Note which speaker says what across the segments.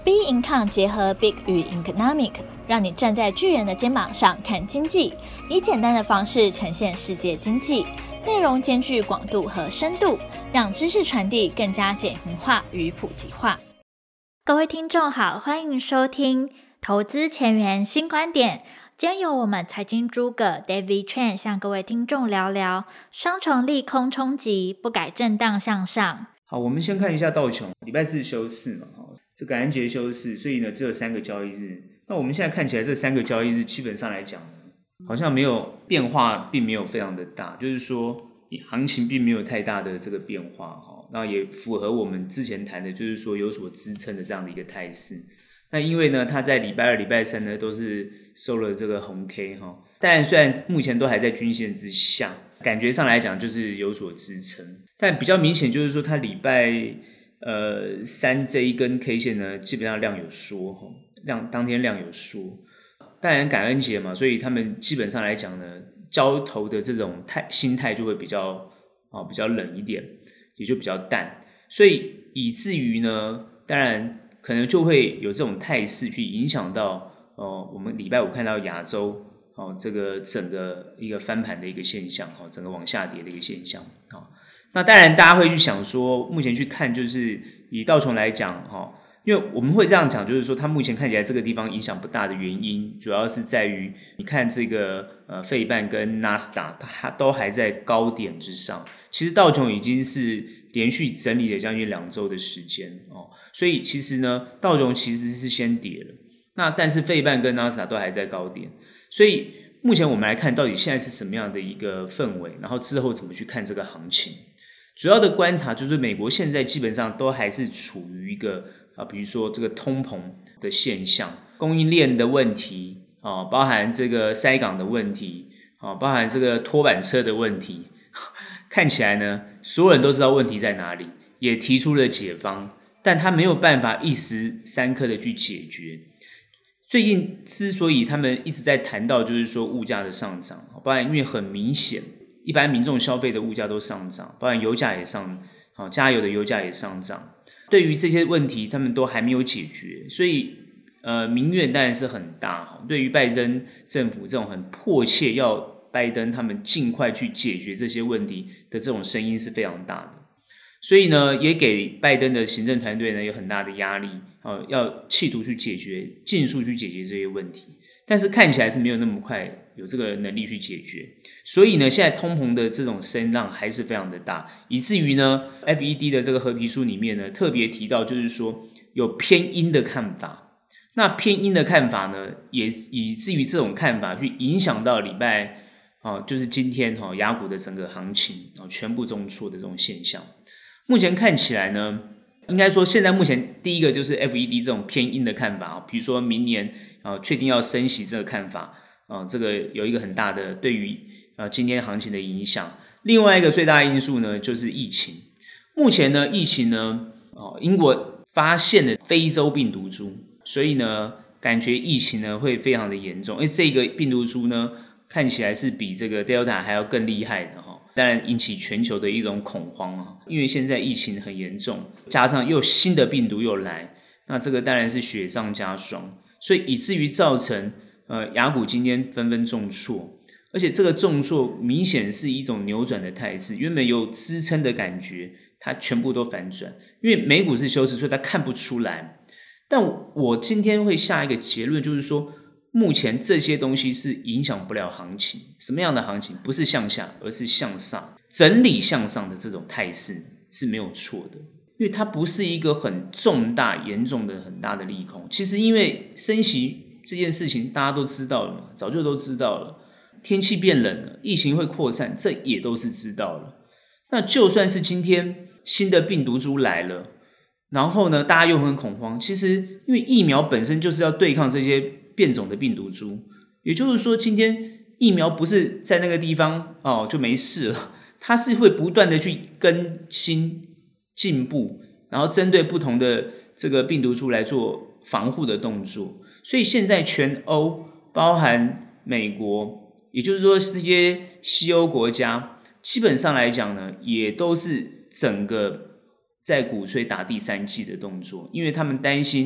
Speaker 1: Big Income 结合 Big 与 Economic， 让你站在巨人的肩膀上看经济，以简单的方式呈现世界经济，内容兼具广度和深度，让知识传递更加简明化与普及化。各位听众好，欢迎收听投资前沿新观点。今天由我们财经诸葛 David Chen 向各位听众聊聊双重利空冲击，不改震荡向上。
Speaker 2: 好，我们先看一下道琼，礼拜四休四嘛，这感恩节休四，所以呢只有3个交易日。那我们现在看起来这3个交易日基本上来讲好像没有变化，并没有非常的大，就是说行情并没有太大的这个变化，那也符合我们之前谈的，就是说有所支撑的这样的一个态势。那因为呢它在礼拜二礼拜三呢都是收了这个红 K， 当然虽然目前都还在均线之下，感觉上来讲就是有所支撑，但比较明显就是说它礼拜三这一根 K 线呢基本上量有缩，当天量有缩，当然感恩节嘛，所以他们基本上来讲呢交投的这种心态就会比较冷一点，也就比较淡，所以以至于呢当然可能就会有这种态势去影响到我们礼拜五看到亚洲这个整个一个翻盘的一个现象，整个往下跌的一个现象。那当然大家会去想说，目前去看就是以道琼来讲，因为我们会这样讲，就是说它目前看起来这个地方影响不大的原因，主要是在于你看这个费半跟纳斯达它都还在高点之上，其实道琼已经是连续整理了将近2周的时间，所以其实呢道琼其实是先跌了，那但是费半跟纳斯达都还在高点，所以目前我们来看到底现在是什么样的一个氛围，然后之后怎么去看这个行情。主要的观察就是美国现在基本上都还是处于一个比如说这个通膨的现象，供应链的问题，包含这个塞港的问题，包含这个拖板车的问题，看起来呢所有人都知道问题在哪里，也提出了解方，但他没有办法一时三刻的去解决。最近之所以他们一直在谈到就是说物价的上涨，包含因为很明显一般民众消费的物价都上涨，包含油价也上，加油的油价也上涨，对于这些问题他们都还没有解决，所以民怨当然是很大，对于拜登政府这种很迫切要拜登他们尽快去解决这些问题的这种声音是非常大的，所以呢也给拜登的行政团队呢有很大的压力，要企图去解决，尽速去解决这些问题，但是看起来是没有那么快有这个能力去解决，所以呢现在通膨的这种声浪还是非常的大，以至于呢 FED 的这个合皮书里面呢特别提到就是说有偏鹰的看法，那偏鹰的看法呢也以至于这种看法去影响到礼拜就是今天亚股的整个行情全部重挫的这种现象。目前看起来呢应该说现在目前第一个就是 FED 这种偏鹰的看法，比如说明年确定要升息这个看法，这个有一个很大的对于今天行情的影响。另外一个最大的因素呢就是疫情，目前呢疫情呢英国发现了非洲病毒株，所以呢感觉疫情呢会非常的严重，因为这个病毒株呢看起来是比这个 Delta 还要更厉害的，当然引起全球的一种恐慌，因为现在疫情很严重，加上又新的病毒又来，那这个当然是雪上加霜，所以以至于造成亚股今天纷纷重挫，而且这个重挫明显是一种扭转的态势，原本有支撑的感觉它全部都反转，因为美股是休市，所以它看不出来，但我今天会下一个结论，就是说目前这些东西是影响不了行情，什么样的行情？不是向下而是向上，整理向上的这种态势是没有错的，因为它不是一个很重大严重的很大的利空。其实因为升息这件事情大家都知道了嘛，早就都知道了，天气变冷了，疫情会扩散，这也都是知道了。那就算是今天新的病毒株来了，然后呢大家又很恐慌，其实因为疫苗本身就是要对抗这些变种的病毒株，也就是说今天疫苗不是在那个地方就没事了，它是会不断的去更新进步，然后针对不同的这个病毒株来做防护的动作，所以现在全欧包含美国，也就是说这些西欧国家基本上来讲呢也都是整个在鼓吹打第3剂的动作，因为他们担心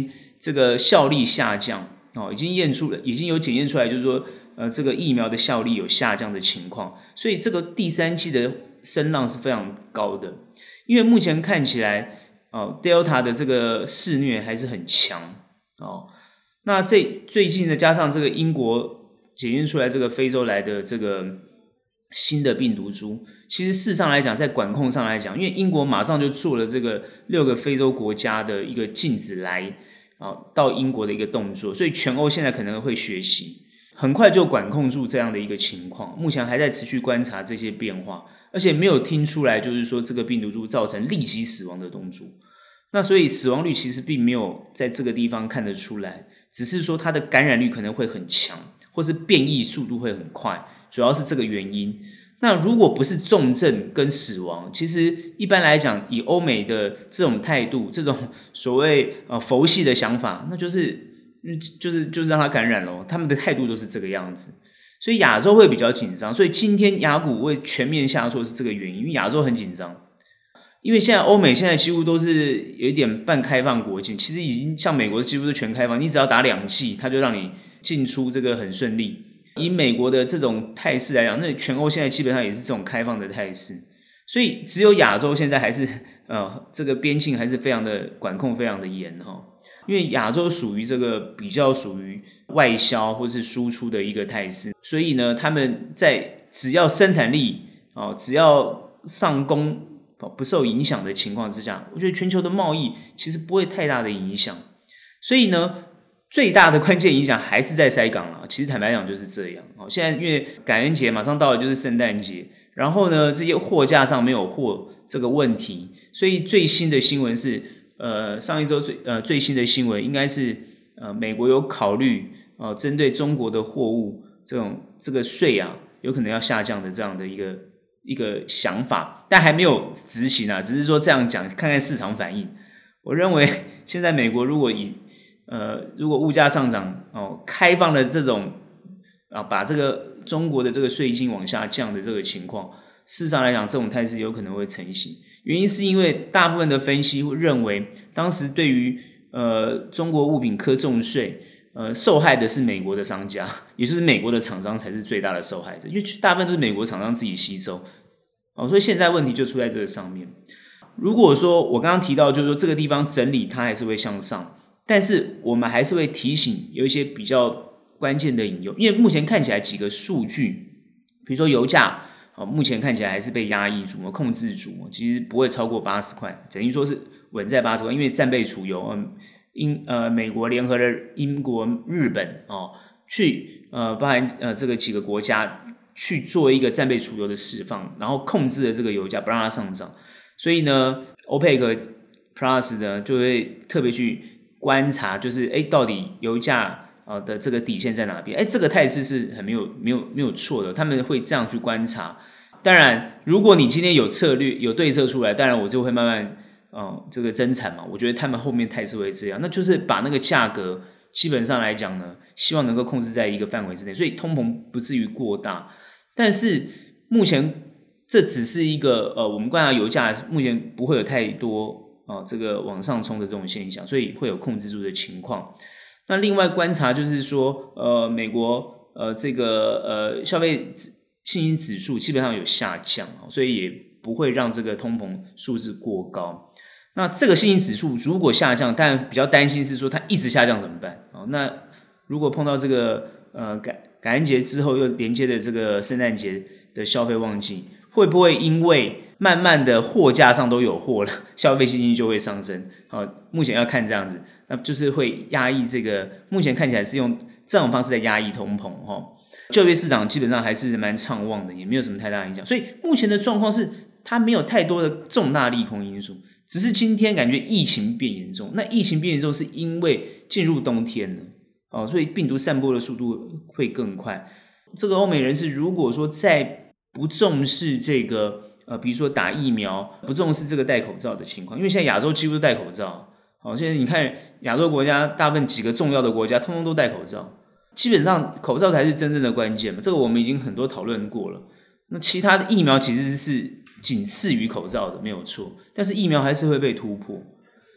Speaker 2: 这个效力下降已经有检验出来，就是说这个疫苗的效力有下降的情况，所以这个第三季的声浪是非常高的。因为目前看起来Delta 的这个肆虐还是很强那最近的加上这个英国检验出来这个非洲来的这个新的病毒株，其实事实上来讲，在管控上来讲，因为英国马上就做了这个6个非洲国家的一个禁止来到英国的一个动作，所以全欧现在可能会学习，很快就管控住这样的一个情况。目前还在持续观察这些变化，而且没有听出来就是说这个病毒株造成立即死亡的动作。那所以死亡率其实并没有在这个地方看得出来，只是说它的感染率可能会很强，或是变异速度会很快，主要是这个原因。那如果不是重症跟死亡，其实一般来讲，以欧美的这种态度，这种所谓佛系的想法，那就是让他感染咯，他们的态度都是这个样子。所以亚洲会比较紧张，所以今天亚股会全面下挫是这个原因，因为亚洲很紧张。因为现在欧美现在几乎都是有一点半开放国境，其实已经像美国几乎是全开放，你只要打2剂，它就让你进出这个很顺利。以美国的这种态势来讲，那全欧现在基本上也是这种开放的态势，所以只有亚洲现在还是这个边境还是非常的管控非常的严因为亚洲属于这个比较属于外销或是输出的一个态势，所以呢他们在只要生产力只要上工不受影响的情况之下，我觉得全球的贸易其实不会太大的影响。所以呢最大的关键影响还是在塞港啦，其实坦白讲就是这样现在因为感恩节马上到了，就是圣诞节，然后呢这些货架上没有货这个问题，所以最新的新闻是上一周最新的新闻应该是美国有考虑针对中国的货物这个税有可能要下降的这样的一个想法，但还没有执行只是说这样讲看看市场反应。我认为现在美国如果物价上涨开放了这种把这个中国的这个税金往下降的这个情况，事实上来讲这种态势有可能会成型。原因是因为大部分的分析会认为当时对于中国物品课重税受害的是美国的商家，也就是美国的厂商才是最大的受害者，因为大部分都是美国厂商自己吸收所以现在问题就出在这个上面。如果说我刚刚提到就是说这个地方整理它还是会向上，但是我们还是会提醒有一些比较关键的隐忧，因为目前看起来几个数据，比如说油价目前看起来还是被压抑住控制住其实不会超过80块，等于说是稳在80块，因为战备储油美国联合了英国日本去包含这个几个国家去做一个战备储油的释放，然后控制了这个油价不让它上涨。所以呢 OPEC Plus 呢就会特别去观察，就是到底油价的这个底线在哪边？这个态势是很没有错的，他们会这样去观察。当然如果你今天有策略有对策出来，当然我就会慢慢这个增产嘛，我觉得他们后面态势会这样，那就是把那个价格基本上来讲呢，希望能够控制在一个范围之内，所以通膨不至于过大。但是目前这只是一个我们观察油价目前不会有太多这个往上冲的这种现象，所以会有控制住的情况。那另外观察就是说美国这个消费信心指数基本上有下降，所以也不会让这个通膨数字过高。那这个信心指数如果下降，但比较担心是说它一直下降怎么办那如果碰到这个感恩节之后又连接的这个圣诞节的消费旺季，会不会因为慢慢的货架上都有货了，消费信心就会上升目前要看这样子，那就是会压抑这个，目前看起来是用这种方式在压抑通膨就业市场基本上还是蛮畅旺的，也没有什么太大影响。所以目前的状况是它没有太多的重大利空因素，只是今天感觉疫情变严重。那疫情变严重是因为进入冬天了所以病毒散播的速度会更快。这个欧美人士如果说在不重视这个比如说打疫苗，不重视这个戴口罩的情况，因为现在亚洲几乎都戴口罩现在你看亚洲国家大部分几个重要的国家通通都戴口罩，基本上口罩才是真正的关键嘛，这个我们已经很多讨论过了。那其他的疫苗其实是仅次于口罩的没有错，但是疫苗还是会被突破。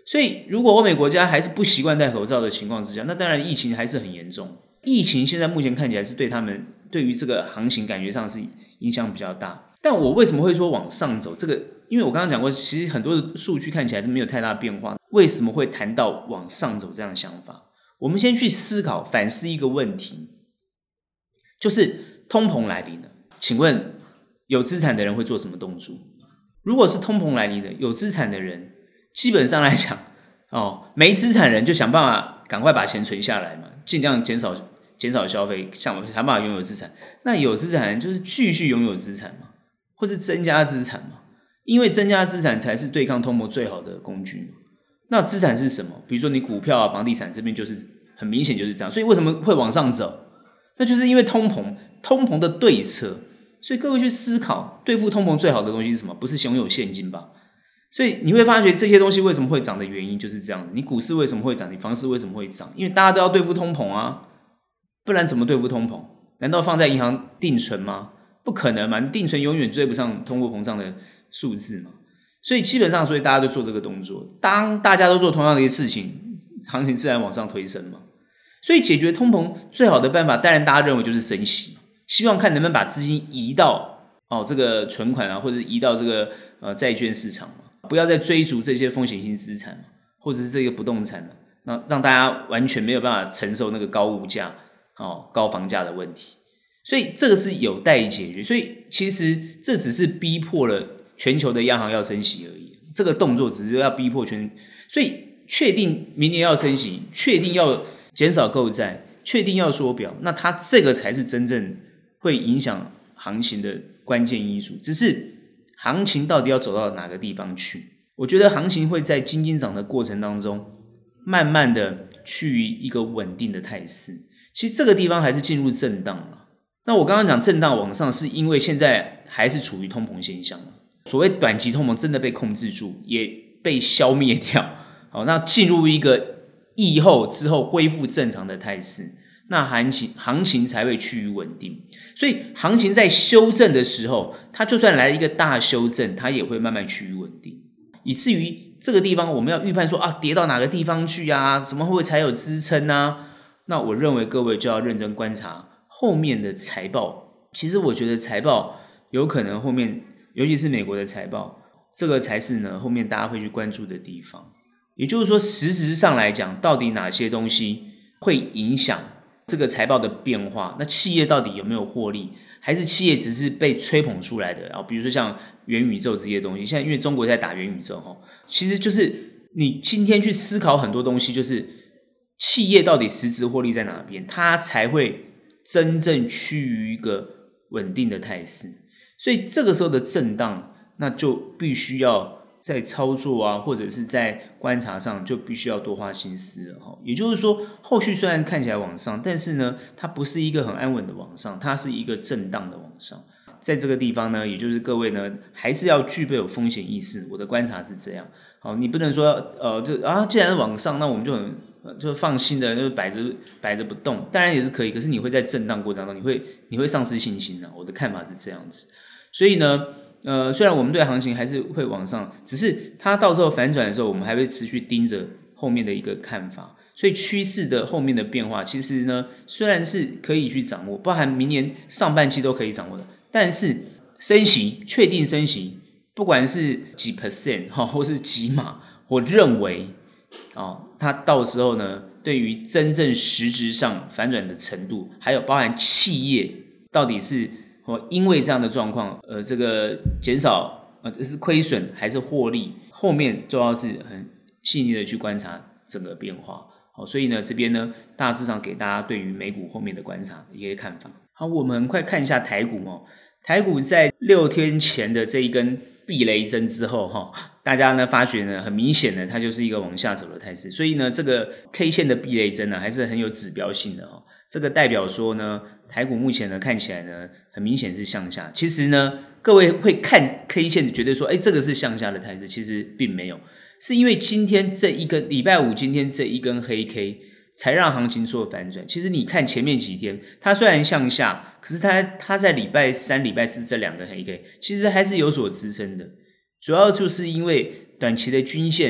Speaker 2: 所以如果欧美国家还是不习惯戴口罩的情况之下，那当然疫情还是很严重。疫情现在目前看起来是对他们对于这个行情感觉上是影响比较大。但我为什么会说往上走？这个因为我刚刚讲过，其实很多的数据看起来都没有太大变化，为什么会谈到往上走这样的想法？我们先去思考反思一个问题，就是通膨来临了，请问有资产的人会做什么动作？如果是通膨来临的有资产的人，基本上来讲没资产人就想办法赶快把钱存下来嘛，尽量减少消费，想办法拥有资产。那有资产人就是继续拥有资产嘛，或是增加资产嘛，因为增加资产才是对抗通膨最好的工具嘛。那资产是什么？比如说你股票啊、房地产这边就是很明显就是这样。所以为什么会往上走？那就是因为通膨的对策。所以各位去思考，对付通膨最好的东西是什么？不是拥有现金吧？所以你会发觉这些东西为什么会涨的原因就是这样子。你股市为什么会涨？你房市为什么会涨？因为大家都要对付通膨啊，不然怎么对付通膨？难道放在银行定存吗？不可能嘛，你定存永远追不上通货膨胀的数字嘛。所以基本上，所以大家都做这个动作。当大家都做同样的一些事情，行情自然往上推升嘛。所以解决通膨最好的办法，当然大家认为就是升息，希望看能不能把资金移到这个存款啊，或者移到这个债券市场嘛，不要再追逐这些风险性资产嘛，或者是这个不动产嘛，那让大家完全没有办法承受那个高物价高房价的问题。所以这个是有待解决。所以其实这只是逼迫了全球的央行要升息而已，这个动作只是要逼迫所以确定明年要升息，确定要减少购债，确定要缩表，那它这个才是真正会影响行情的关键因素。只是行情到底要走到哪个地方去，我觉得行情会在金金涨的过程当中慢慢的趋于一个稳定的态势。其实这个地方还是进入震荡了。那我刚刚讲震荡往上，是因为现在还是处于通膨现象，所谓短期通膨真的被控制住，也被消灭掉。那进入一个疫后之后恢复正常的态势，那行情才会趋于稳定。所以行情在修正的时候，它就算来一个大修正，它也会慢慢趋于稳定，以至于这个地方我们要预判说跌到哪个地方去啊，什么会才有支撑啊？那我认为各位就要认真观察后面的财报。其实我觉得财报有可能后面，尤其是美国的财报，这个才是呢后面大家会去关注的地方。也就是说实质上来讲，到底哪些东西会影响这个财报的变化？那企业到底有没有获利，还是企业只是被吹捧出来的？比如说像元宇宙这些东西，现在因为中国在打元宇宙，其实就是你今天去思考很多东西，就是企业到底实质获利在哪边，它才会真正趋于一个稳定的态势。所以这个时候的震荡，那就必须要在操作啊，或者是在观察上就必须要多花心思了。也就是说，后续虽然看起来往上，但是呢，它不是一个很安稳的往上，它是一个震荡的往上。在这个地方呢，也就是各位呢，还是要具备有风险意识。我的观察是这样。你不能说既然是往上，那我们就放心的就摆着不动，当然也是可以，可是你会在震荡过程当中，你会丧失信心的。我的看法是这样子。所以呢，虽然我们对行情还是会往上，只是它到时候反转的时候，我们还会持续盯着后面的一个看法。所以趋势的后面的变化，其实呢，虽然是可以去掌握，包含明年上半期都可以掌握的，但是升息，确定升息，不管是几 percent 或是几码，我认为它到时候呢，对于真正实质上反转的程度，还有包含企业到底是因为这样的状况这个减少是亏损还是获利，后面就要是很细腻的去观察整个变化。所以呢，这边呢大致上给大家对于美股后面的观察一些看法。好，我们很快看一下台股台股在6天前的这一根避雷针之后大家呢发觉呢，很明显的它就是一个往下走的态势。所以呢，这个 K 线的避雷针呢还是很有指标性的这个代表说呢，台股目前呢看起来呢很明显是向下。其实呢，各位会看 K 线觉得说这个是向下的态势，其实并没有，是因为今天这一根礼拜五今天这一根黑 K 才让行情做反转。其实你看前面几天它虽然向下，可是它在礼拜三礼拜四这两个黑 K 其实还是有所支撑的。主要就是因为短期的均线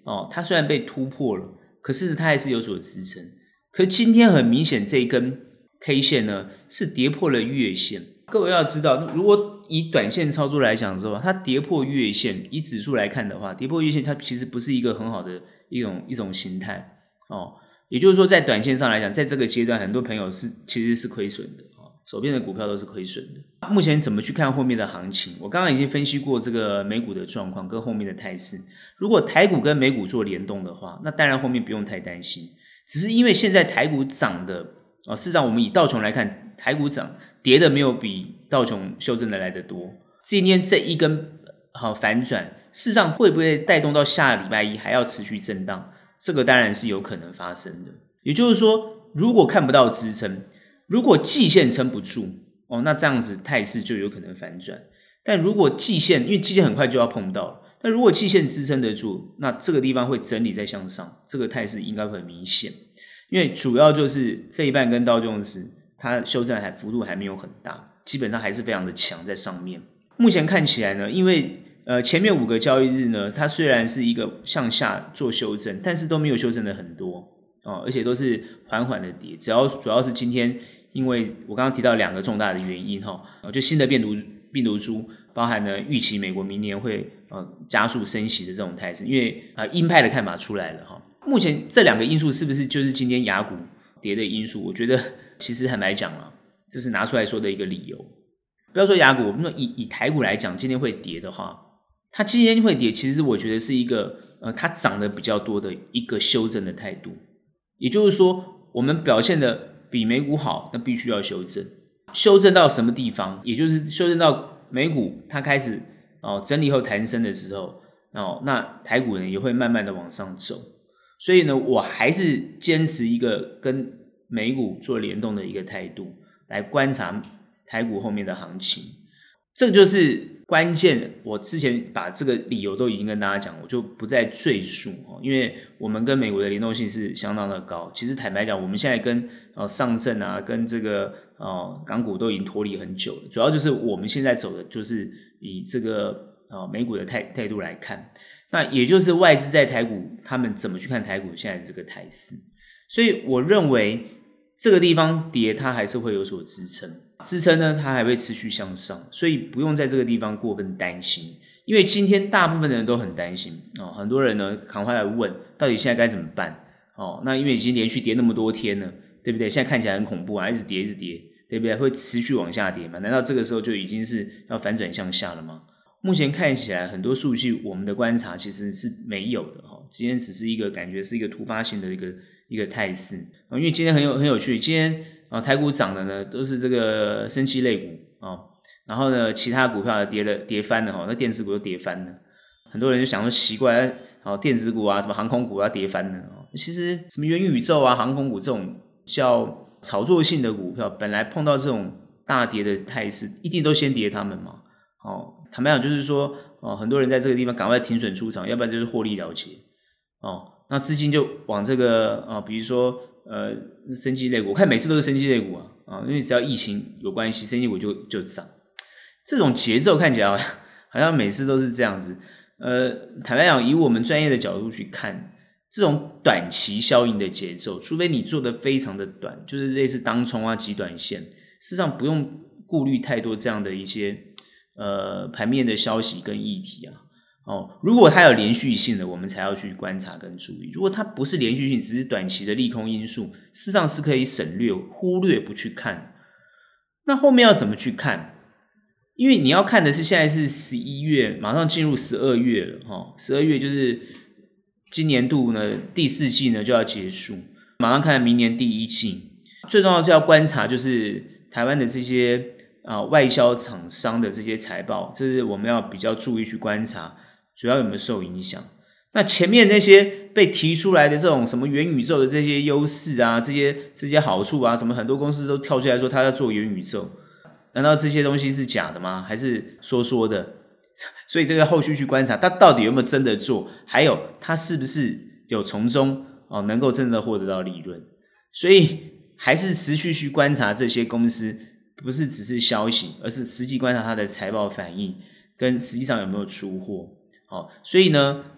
Speaker 2: 它虽然被突破了，可是它还是有所支撑。可今天很明显这一根 K 线呢是跌破了月线。各位要知道，如果以短线操作来讲的时候，它跌破月线，以指数来看的话，跌破月线它其实不是一个很好的一种形态也就是说在短线上来讲，在这个阶段很多朋友其实是亏损的手边的股票都是亏损的。目前怎么去看后面的行情？我刚刚已经分析过这个美股的状况跟后面的态势。如果台股跟美股做联动的话，那当然后面不用太担心。只是因为现在台股涨的事实上我们以道琼来看，台股涨跌的没有比道琼修正的来得多。今天这一根反转，事实上会不会带动到下礼拜一还要持续震荡？这个当然是有可能发生的。也就是说，如果看不到支撑，如果季线撑不住那这样子态势就有可能反转。但如果季线，因为季线很快就要碰到了，但如果季线支撑得住，那这个地方会整理再向上，这个态势应该会很明显。因为主要就是费半跟道琼斯它修正幅度还没有很大，基本上还是非常的强在上面。目前看起来呢，因为前面5个交易日呢，它虽然是一个向下做修正，但是都没有修正的很多而且都是缓缓的跌。主要是今天，因为我刚刚提到2个重大的原因就新的病毒株，包含了预期美国明年会加速升息的这种态势，因为鹰派的看法出来了目前这2个因素是不是就是今天亚股跌的因素？我觉得其实坦白讲这是拿出来说的一个理由。不要说亚股，我们说以台股来讲，今天会跌的话，它今天会跌，其实我觉得是一个它涨得比较多的一个修正的态度。也就是说，我们表现的比美股好，那必须要修正。修正到什么地方？也就是修正到美股它开始整理后弹升的时候那台股呢也会慢慢的往上走。所以呢，我还是坚持一个跟美股做联动的一个态度来观察台股后面的行情。这个就是关键，我之前把这个理由都已经跟大家讲，我就不再赘述因为我们跟美国的联动性是相当的高。其实坦白讲，我们现在跟上证跟这个港股都已经脱离很久了，主要就是我们现在走的就是以这个美股的态度来看，那也就是外资在台股他们怎么去看台股现在的这个态势。所以我认为这个地方跌它还是会有所支撑呢，它还会持续向上，所以不用在这个地方过分担心。因为今天大部分的人都很担心很多人呢赶快来问到底现在该怎么办那因为已经连续跌那么多天了，对不对？现在看起来很恐怖一直跌对不对？会持续往下跌吗？难道这个时候就已经是要反转向下了吗？目前看起来很多数据我们的观察其实是没有的今天只是一个感觉是一个突发性的一个态势因为今天很有趣，今天台股涨的呢都是这个生技类股然后呢其他股票跌翻了那电子股都跌翻了。很多人就想说奇怪电子股什么航空股跌翻了其实什么元宇宙航空股这种叫炒作性的股票，本来碰到这种大跌的态势一定都先跌他们嘛坦白讲就是说很多人在这个地方赶快停损出场，要不然就是获利了结那资金就往这个比如说生技类股，我看每次都是生技类股因为只要疫情有关系，生技股就涨。这种节奏看起来好像每次都是这样子坦白讲，以我们专业的角度去看这种短期效应的节奏，除非你做得非常的短，就是类似当冲极短线，事实上不用顾虑太多这样的一些盘面的消息跟议题如果它有连续性的，我们才要去观察跟注意。如果它不是连续性，只是短期的利空因素，事实上是可以省略忽略不去看。那后面要怎么去看？因为你要看的是现在是11月，马上进入12月了12月就是今年度呢第4季呢就要结束，马上看明年第1季。最重要就要观察就是台湾的这些外销厂商的这些财报，这是我们要比较注意去观察主要有没有受影响。那前面那些被提出来的这种什么元宇宙的这些优势这些好处什么很多公司都跳出来说他要做元宇宙，难道这些东西是假的吗？还是说的？所以这个后续去观察他到底有没有真的做，还有他是不是有从中能够真的获得到利润。所以还是持续去观察这些公司，不是只是消息，而是实际观察它的财报反应跟实际上有没有出货所以呢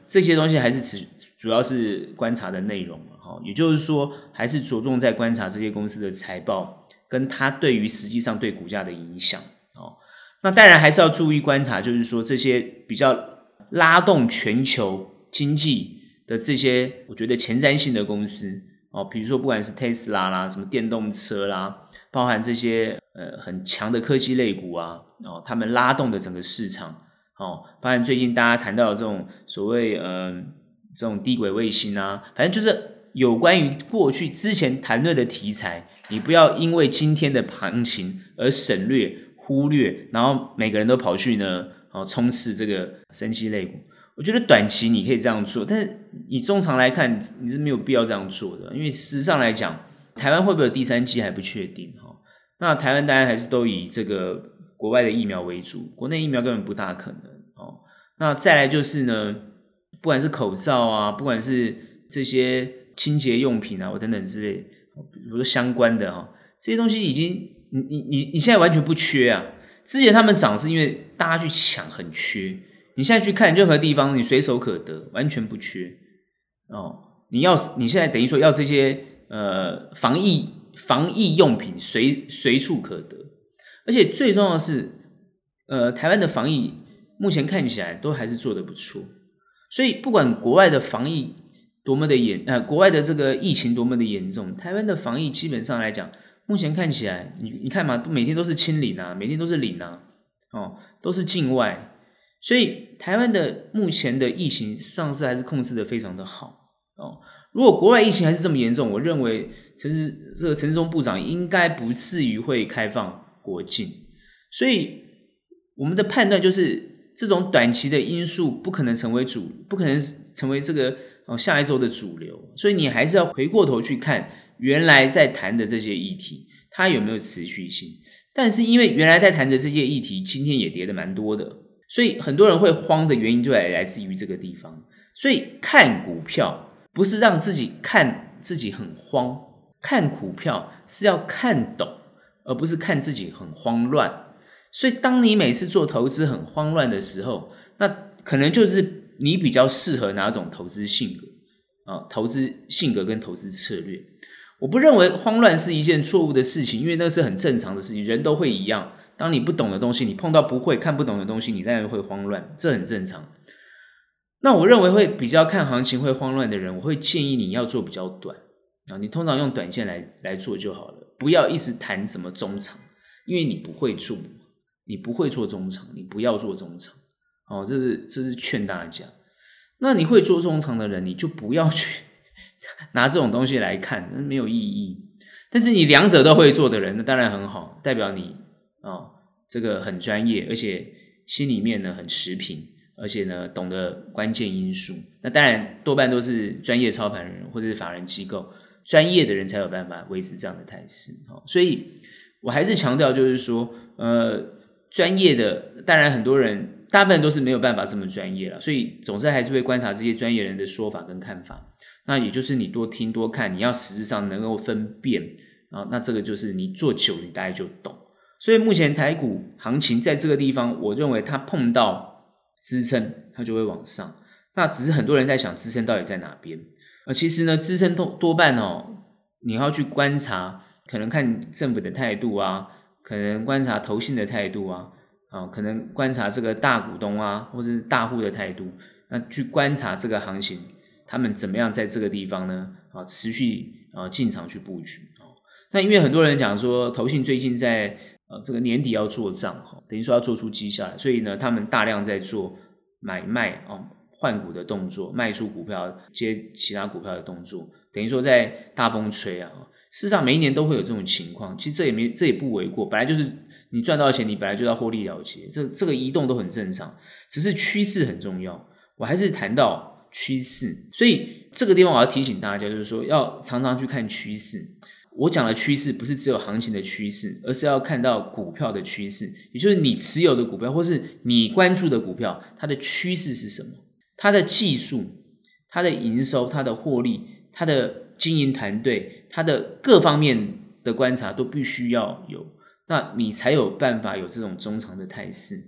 Speaker 2: 这些东西还是主要是观察的内容，也就是说还是着重在观察这些公司的财报跟它对于实际上对股价的影响。那当然还是要注意观察，就是说这些比较拉动全球经济的这些我觉得前瞻性的公司，比如说不管是 Tesla 啦，什么电动车啦，包含这些很强的科技类股啊，他们拉动的整个市场，包含最近大家谈到的这种所谓这种低轨卫星啊，反正就是有关于过去之前谈论的题材，你不要因为今天的行情而省略忽略，然后每个人都跑去呢冲刺这个生技类股。我觉得短期你可以这样做，但是你中长来看你是没有必要这样做的，因为事实上来讲，台湾会不会有第三季还不确定。那台湾当然还是都以这个国外的疫苗为主，国内疫苗根本不大可能。那再来就是呢，不管是口罩啊，不管是这些清洁用品啊等等之类，比如说相关的这些东西已经你现在完全不缺啊。之前他们涨是因为大家去抢很缺，你现在去看任何地方你随手可得，完全不缺。你现在等于说要这些防疫用品随处可得，而且最重要的是台湾的防疫目前看起来都还是做得不错，所以不管国外的防疫多么的国外的这个疫情多么的严重，台湾的防疫基本上来讲，目前看起来你看嘛，每天都是清零啊，每天都是零啊，都是境外，所以台湾的目前的疫情上市还是控制的非常的好。如果国外疫情还是这么严重，我认为这个陈时中部长应该不至于会开放国境，所以我们的判断就是这种短期的因素不可能成为这个下一周的主流，所以你还是要回过头去看原来在谈的这些议题它有没有持续性。但是因为原来在谈的这些议题今天也跌得蛮多的，所以很多人会慌的原因就来自于这个地方。所以看股票不是让自己看自己很慌，看股票是要看懂，而不是看自己很慌乱。所以当你每次做投资很慌乱的时候，那可能就是你比较适合哪种投资性格投资性格跟投资策略。我不认为慌乱是一件错误的事情，因为那是很正常的事情，人都会一样。当你不懂的东西，你碰到不会看不懂的东西，你当然会慌乱，这很正常。那我认为会比较看行情会慌乱的人，我会建议你要做比较短你通常用短线来做就好了，不要一直谈什么中长，因为你不会做中长，你不要做中长这是劝大家。那你会做中长的人，你就不要去拿这种东西来看，没有意义。但是你两者都会做的人，那当然很好，代表你这个很专业，而且心里面呢很持平，而且呢懂得关键因素。那当然多半都是专业操盘人或者是法人机构，专业的人才有办法维持这样的态势。所以我还是强调就是说专业的当然很多人大部分都是没有办法这么专业了，所以总是还是会观察这些专业人的说法跟看法。那也就是你多听多看，你要实质上能够分辨那这个就是你做久你大概就懂。所以目前台股行情在这个地方，我认为它碰到支撑它就会往上，那只是很多人在想支撑到底在哪边。其实呢支撑多半你要去观察，可能看政府的态度啊，可能观察投信的态度啊可能观察这个大股东啊或是大户的态度，那去观察这个行情他们怎么样在这个地方呢持续进场去布局。那因为很多人讲说投信最近在这个年底要做账等于说要做出绩效来，所以呢他们大量在做买卖换股的动作，卖出股票接其他股票的动作，等于说在大风吹事实上每一年都会有这种情况，其实这也不为过，本来就是你赚到钱你本来就要获利了结，这个移动都很正常，只是趋势很重要。我还是谈到趋势，所以这个地方我要提醒大家，就是说要常常去看趋势。我讲的趋势不是只有行情的趋势，而是要看到股票的趋势，也就是你持有的股票或是你关注的股票，它的趋势是什么，它的技术，它的营收，它的获利，它的经营团队，它的各方面的观察都必须要有，那你才有办法有这种中长的态势。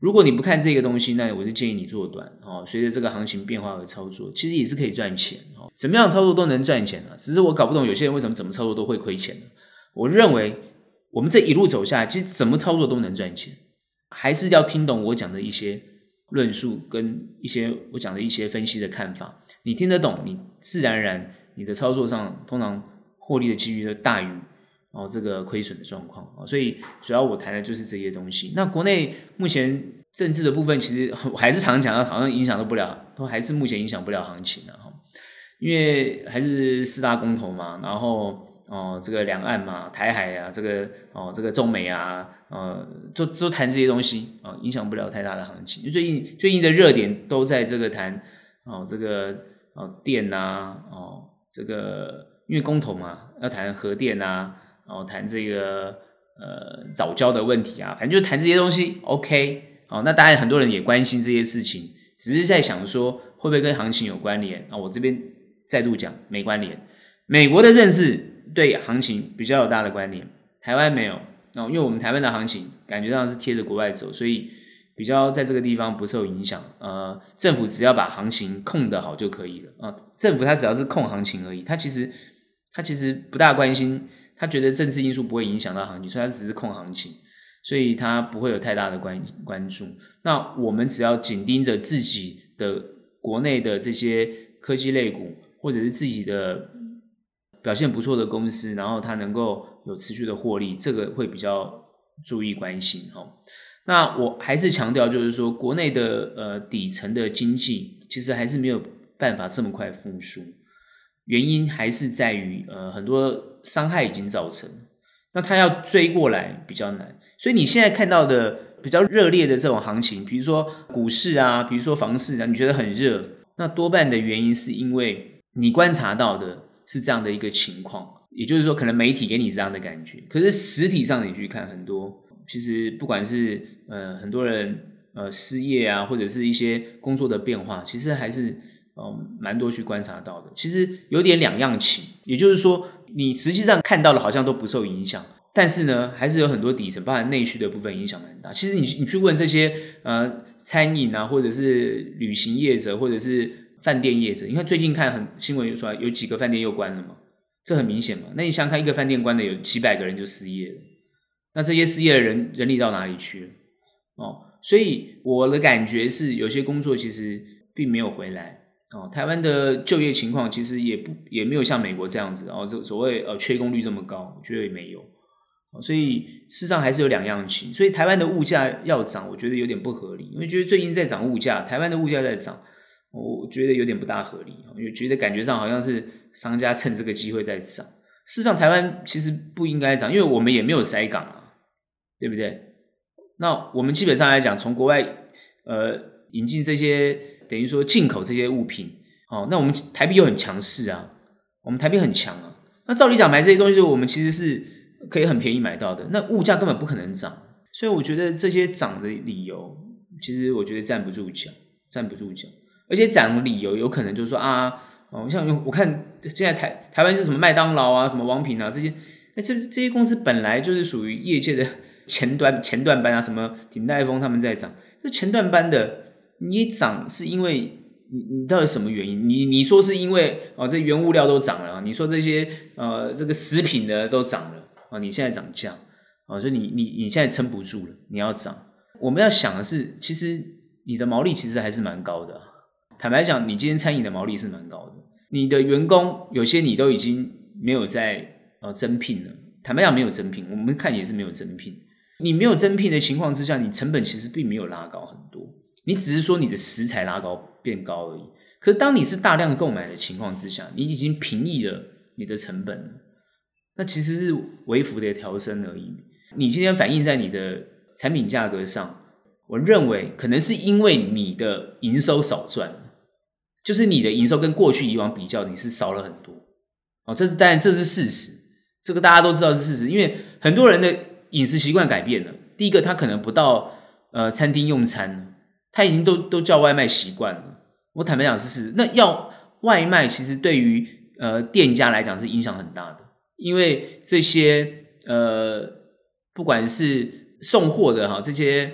Speaker 2: 如果你不看这个东西，那我就建议你做短随着这个行情变化而操作，其实也是可以赚钱怎么样操作都能赚钱只是我搞不懂有些人为什么怎么操作都会亏钱我认为我们这一路走下来，其实怎么操作都能赚钱，还是要听懂我讲的一些论述跟我讲的一些分析的看法，你听得懂，你自然而然你的操作上通常获利的几率就大于这个亏损的状况所以主要我谈的就是这些东西。那国内目前政治的部分，其实我还是常讲好像影响不了，还是目前影响不了行情因为还是4大公投嘛，然后这个两岸嘛，台海啊，这个中美啊，都谈这些东西影响不了太大的行情。最近的热点都在这个谈这个电啊这个因为公投嘛，要谈核电啊谈这个藻礁的问题啊，反正就谈这些东西 OK 那当然很多人也关心这些事情，只是在想说会不会跟行情有关联我这边再度讲没关联。美国的政治对行情比较有大的关联，台湾没有因为我们台湾的行情感觉上是贴着国外走，所以比较在这个地方不受影响政府只要把行情控得好就可以了政府它只要是控行情而已，它其实不大关心，他觉得政治因素不会影响到行情，所以他只是控行情，所以他不会有太大的关注。那我们只要紧盯着自己的国内的这些科技类股，或者是自己的表现不错的公司，然后它能够有持续的获利，这个会比较注意关心那我还是强调就是说国内的底层的经济其实还是没有办法这么快复苏，原因还是在于很多伤害已经造成，那它要追过来比较难。所以你现在看到的比较热烈的这种行情，比如说股市啊，比如说房市啊，你觉得很热，那多半的原因是因为你观察到的是这样的一个情况，也就是说可能媒体给你这样的感觉，可是实体上你去看很多，其实不管是很多人失业啊，或者是一些工作的变化，其实还是蛮多去观察到的，其实有点两样情，也就是说你实际上看到的好像都不受影响，但是呢还是有很多底层包含内需的部分影响蛮大。其实你去问这些餐饮啊，或者是旅行业者，或者是饭店业者，你看最近看新闻有出来有几个饭店又关了嘛，这很明显嘛。那你想看一个饭店关的有几百个人就失业了，那这些失业的人力到哪里去了所以我的感觉是有些工作其实并没有回来台湾的就业情况其实也没有像美国这样子所谓缺工率这么高，我觉得也没有所以事实上还是有两样情。所以台湾的物价要涨，我觉得有点不合理，因为觉得最近在涨物价，台湾的物价在涨，我觉得有点不大合理，因为觉得感觉上好像是商家趁这个机会在涨。事实上台湾其实不应该涨，因为我们也没有塞港对不对？那我们基本上来讲，从国外引进这些等于说进口这些物品那我们台币又很强势我们台币很强那照理讲买这些东西我们其实是可以很便宜买到的，那物价根本不可能涨，所以我觉得这些涨的理由其实我觉得站不住脚，而且涨的理由有可能就是说像我看现在台湾是什么麦当劳什么王品这些公司本来就是属于业界的前段班什么鼎泰丰他们在涨，这前段班的你涨是因为你到底什么原因？你说是因为这原物料都涨了你说这些这个食品的都涨了你现在涨价所以你现在撑不住了，你要涨。我们要想的是，其实你的毛利其实还是蛮高的坦白讲，你今天餐饮的毛利是蛮高的，你的员工有些你都已经没有在增聘了，坦白讲没有增聘，我们看也是没有增聘。你没有增聘的情况之下，你成本其实并没有拉高很多，你只是说你的食材变高而已。可是当你是大量购买的情况之下，你已经平抑了你的成本了，那其实是微幅的调升而已。你今天反映在你的产品价格上，我认为可能是因为你的营收少赚，就是你的营收跟过去以往比较你是少了很多当然这是事实，这个大家都知道是事实，因为很多人的饮食习惯改变了。第一个他可能不到餐厅用餐，他已经都叫外卖习惯了，我坦白讲是事实。那要外卖其实对于店家来讲是影响很大的，因为这些不管是送货的这些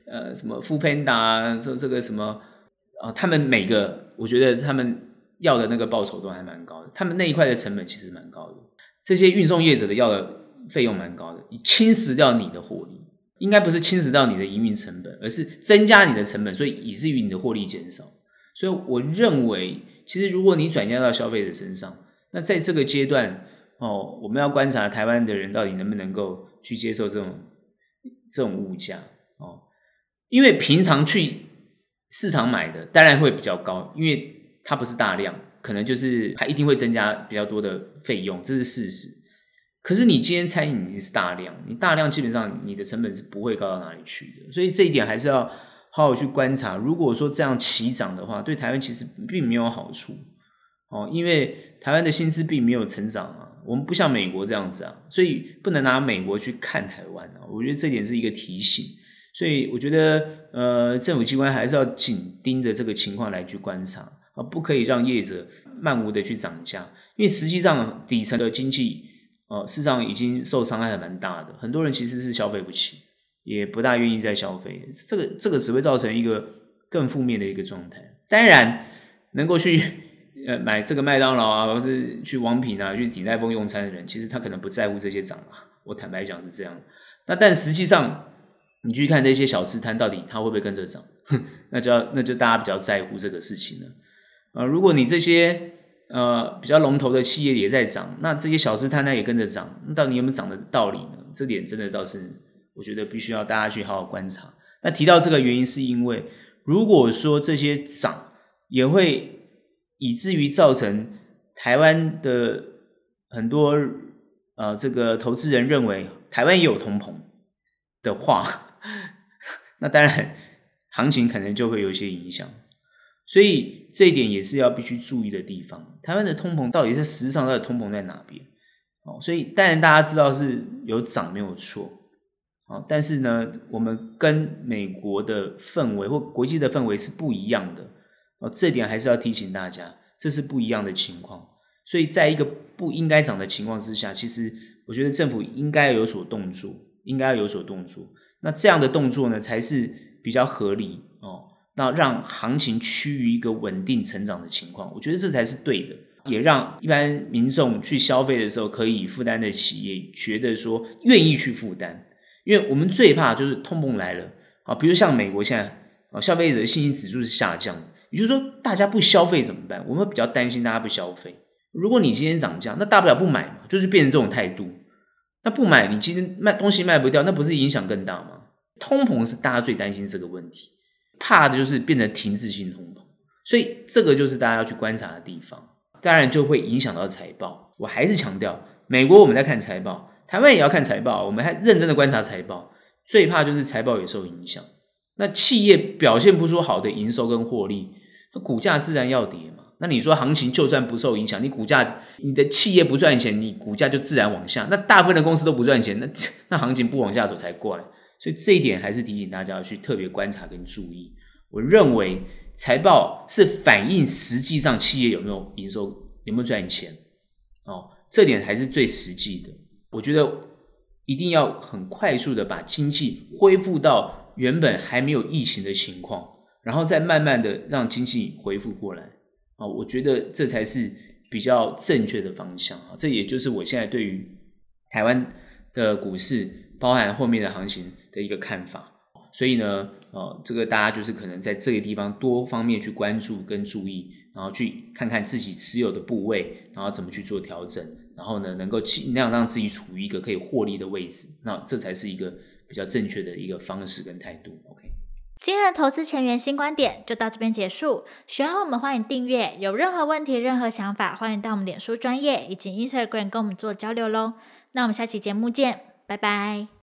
Speaker 2: 什么 Foodpanda 啊，说这个什么他们每个我觉得他们要的那个报酬都还蛮高的，他们那一块的成本其实蛮高的，这些运送业者的要的费用蛮高的，侵蚀掉你的获利，应该不是侵蚀到你的营运成本，而是增加你的成本，所以以至于你的获利减少。所以我认为其实如果你转嫁到消费者身上，那在这个阶段我们要观察台湾的人到底能不能够去接受这种物价因为平常去市场买的当然会比较高，因为它不是大量，可能就是它一定会增加比较多的费用，这是事实。可是你今天餐饮已经是大量，你大量基本上你的成本是不会高到哪里去的，所以这一点还是要好好去观察。如果说这样齐涨的话，对台湾其实并没有好处因为台湾的薪资并没有成长我们不像美国这样子所以不能拿美国去看台湾我觉得这点是一个提醒。所以我觉得政府机关还是要紧盯着这个情况来去观察不可以让业者漫无的去涨价，因为实际上底层的经济事实上已经受伤害蛮大的，很多人其实是消费不起，也不大愿意再消费，这个只会造成一个更负面的一个状态。当然能够去买这个麦当劳或是去王品去鼎泰丰用餐的人，其实他可能不在乎这些涨我坦白讲是这样。但实际上你去看这些小吃摊到底它会不会跟着涨那就大家比较在乎这个事情了如果你这些比较龙头的企业也在涨，那这些小吃摊它也跟着涨，那到底有没有涨的道理呢？这点真的倒是我觉得必须要大家去好好观察。那提到这个原因是因为如果说这些涨也会以至于造成台湾的很多这个投资人认为台湾也有通膨的话那当然行情可能就会有一些影响，所以这一点也是要必须注意的地方。台湾的通膨到底是实质上的通膨在哪边所以当然大家知道是有涨没有错但是呢我们跟美国的氛围或国际的氛围是不一样的这点还是要提醒大家，这是不一样的情况。所以在一个不应该涨的情况之下，其实我觉得政府应该有所动作，那这样的动作呢才是比较合理那让行情趋于一个稳定成长的情况，我觉得这才是对的，也让一般民众去消费的时候可以负担的企业觉得说愿意去负担。因为我们最怕就是通膨来了比如像美国现在消费者的信心指数是下降的，也就是说大家不消费怎么办？我们比较担心大家不消费。如果你今天涨价，那大不了不买嘛，就是变成这种态度。那不买，你今天东西卖不掉，那不是影响更大吗？通膨是大家最担心这个问题，怕的就是变成停滞性通膨，所以这个就是大家要去观察的地方，当然就会影响到财报。我还是强调，美国我们在看财报，台湾也要看财报，我们还认真的观察财报，最怕就是财报也受影响。那企业表现不出好的营收跟获利，那股价自然要跌嘛。那你说行情就算不受影响，你的企业不赚钱，你股价就自然往下，那大部分的公司都不赚钱，那行情不往下走才怪。所以这一点还是提醒大家要去特别观察跟注意。我认为财报是反映实际上企业有没有营收，有没有赚钱这点还是最实际的。我觉得一定要很快速的把经济恢复到原本还没有疫情的情况，然后再慢慢的让经济恢复过来我觉得这才是比较正确的方向这也就是我现在对于台湾的股市包含后面的行情的一个看法。所以呢这个大家就是可能在这个地方多方面去关注跟注意，然后去看看自己持有的部位，然后怎么去做调整，然后呢能够尽量让自己处于一个可以获利的位置，那这才是一个比较正确的一个方式跟态度。 OK，
Speaker 1: 今天的投资前沿新观点就到这边结束，喜欢我们欢迎订阅，有任何问题任何想法欢迎到我们脸书专页以及 Instagram 跟我们做交流咯。那我们下期节目见，拜拜。